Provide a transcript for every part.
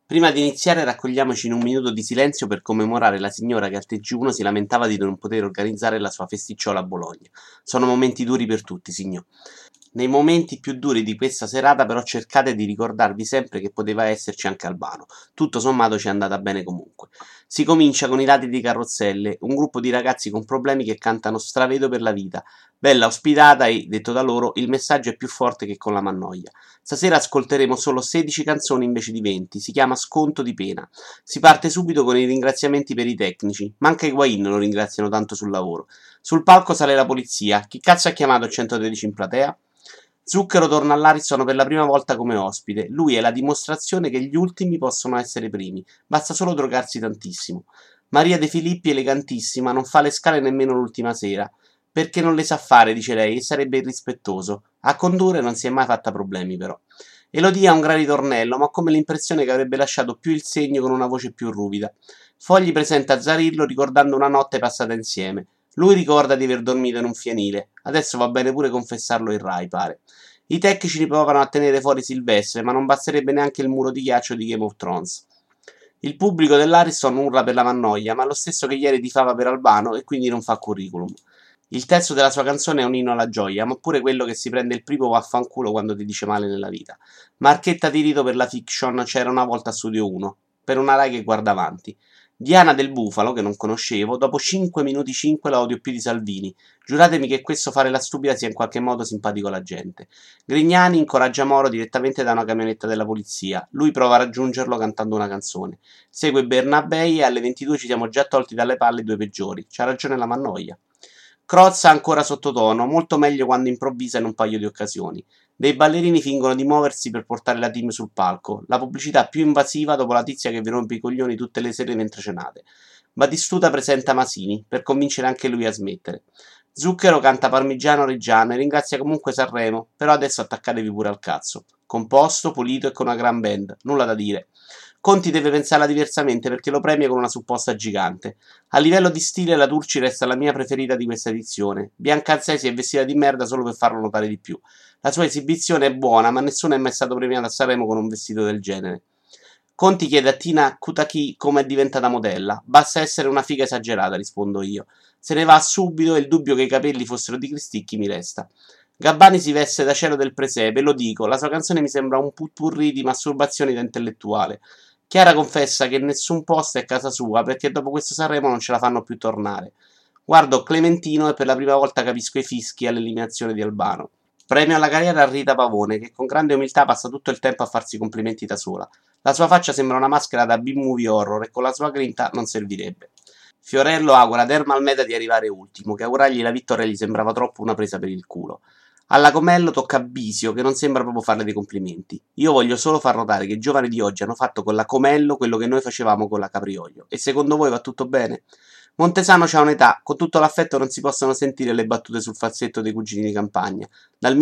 Prima di iniziare raccogliamoci in un minuto di silenzio per commemorare la signora che al TG1 si lamentava di non poter organizzare la sua festicciola a Bologna. Sono momenti duri per tutti, signor. Nei momenti più duri di questa serata però cercate di ricordarvi sempre che poteva esserci anche Albano. Tutto sommato ci è andata bene comunque. Si comincia con i lati di carrozzelle, un gruppo di ragazzi con problemi che cantano Stravedo per la vita. Bella ospitata e, detto da loro, il messaggio è più forte che con la mannoia. Stasera ascolteremo solo 16 canzoni invece di 20, si chiama Sconto di pena. Si parte subito con i ringraziamenti per i tecnici, ma anche i Guain lo ringraziano tanto sul lavoro. Sul palco sale la polizia, chi cazzo ha chiamato il 113 in platea? Zucchero torna all'Ariston per la prima volta come ospite, lui è la dimostrazione che gli ultimi possono essere primi, basta solo drogarsi tantissimo. Maria De Filippi, elegantissima, non fa le scale nemmeno l'ultima sera. Perché non le sa fare, dice lei, e sarebbe irrispettoso. A condurre non si è mai fatta problemi, però. Elodie ha un gran ritornello, ma ho come l'impressione che avrebbe lasciato più il segno con una voce più ruvida. Fogli presenta Zarillo ricordando una notte passata insieme. Lui ricorda di aver dormito in un fienile. Adesso va bene pure confessarlo in Rai, pare. I tecnici provano a tenere fuori Silvestre, ma non basterebbe neanche il muro di ghiaccio di Game of Thrones. Il pubblico dell'Ariston urla per la Mannoia, ma lo stesso che ieri tifava per Albano e quindi non fa curriculum. Il testo della sua canzone è un inno alla gioia, ma pure quello che si prende il primo vaffanculo quando ti dice male nella vita. Marchetta di rito per la fiction c'era una volta a Studio 1, per una Rai che guarda avanti. Diana del Bufalo, che non conoscevo, dopo 5 minuti 5 la odio più di Salvini. Giuratemi che questo fare la stupida sia in qualche modo simpatico alla gente. Grignani incoraggia Moro direttamente da una camionetta della polizia. Lui prova a raggiungerlo cantando una canzone. Segue Bernabei e alle 22 ci siamo già tolti dalle palle i due peggiori. C'ha ragione la Mannoia. Crozza ancora sottotono, molto meglio quando improvvisa in un paio di occasioni. Dei ballerini fingono di muoversi per portare la team sul palco. La pubblicità più invasiva dopo la tizia che vi rompe i coglioni tutte le sere mentre cenate. Batistuta presenta Masini, per convincere anche lui a smettere. Zucchero canta Parmigiano Reggiano e ringrazia comunque Sanremo, però adesso attaccatevi pure al cazzo. Composto, pulito e con una gran band, nulla da dire. Conti deve pensarla diversamente perché lo premia con una supposta gigante. A livello di stile la Turci resta la mia preferita di questa edizione. Bianca Zè si è vestita di merda solo per farlo notare di più. La sua esibizione è buona, ma nessuno è mai stato premiato a Sanremo con un vestito del genere. Conti chiede a Tina Kutaki come è diventata modella. Basta essere una figa esagerata, rispondo io. Se ne va subito e il dubbio che i capelli fossero di Cristicchi mi resta. Gabbani si veste da cielo del presepe, lo dico, la sua canzone mi sembra un putpurri di masturbazioni da intellettuale. Chiara confessa che nessun posto è casa sua perché dopo questo Sanremo non ce la fanno più tornare. Guardo Clementino e per la prima volta capisco i fischi all'eliminazione di Albano. Premio alla carriera a Rita Pavone, che con grande umiltà passa tutto il tempo a farsi complimenti da sola. La sua faccia sembra una maschera da B-movie horror e con la sua grinta non servirebbe. Fiorello augura ad Ermal Meta di arrivare ultimo, che augurargli la vittoria gli sembrava troppo una presa per il culo. Alla Comello tocca a Bisio, che non sembra proprio farle dei complimenti. Io voglio solo far notare che i giovani di oggi hanno fatto con la Comello quello che noi facevamo con la Capriolio. E secondo voi va tutto bene? Montesano c'ha un'età, con tutto l'affetto non si possono sentire le battute sul falsetto dei cugini di campagna, dal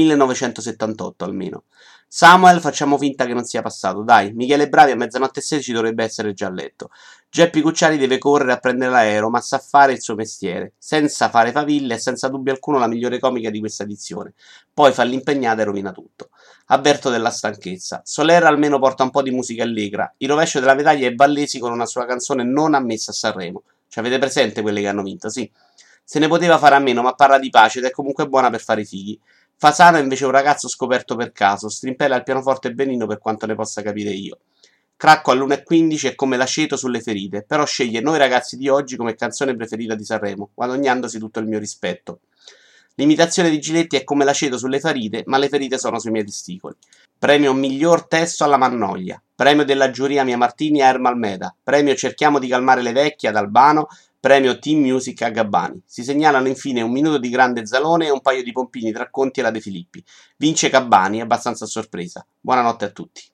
1978 almeno. Samuel facciamo finta che non sia passato, dai, Michele Bravi a mezzanotte e 16 dovrebbe essere già a letto. Geppi Cucciari deve correre a prendere l'aereo, ma sa fare il suo mestiere, senza fare faville e senza dubbio alcuno la migliore comica di questa edizione. Poi fa l'impegnata e rovina tutto. Avverto della stanchezza. Soler almeno porta un po' di musica allegra. Il rovescio della medaglia è Vallesi con una sua canzone non ammessa a Sanremo. Ci avete presente quelle che hanno vinto? Sì. Se ne poteva fare a meno, ma parla di pace ed è comunque buona per fare i fighi. Fasano è invece un ragazzo scoperto per caso, strimpella il pianoforte benino per quanto ne possa capire io. Cracco all'1:15 è come l'aceto sulle ferite, però sceglie Noi ragazzi di oggi come canzone preferita di Sanremo, guadagnandosi tutto il mio rispetto. L'imitazione di Giletti è come l'aceto sulle ferite, ma le ferite sono sui miei testicoli. Premio miglior testo alla Mannoia. Premio della giuria Mia Martini a Ermal Meta. Premio Cerchiamo di calmare le vecchie ad Albano. Premio Team Music a Gabbani. Si segnalano infine un minuto di grande Zalone e un paio di pompini tra Conti e la De Filippi. Vince Gabbani, abbastanza a sorpresa. Buonanotte a tutti.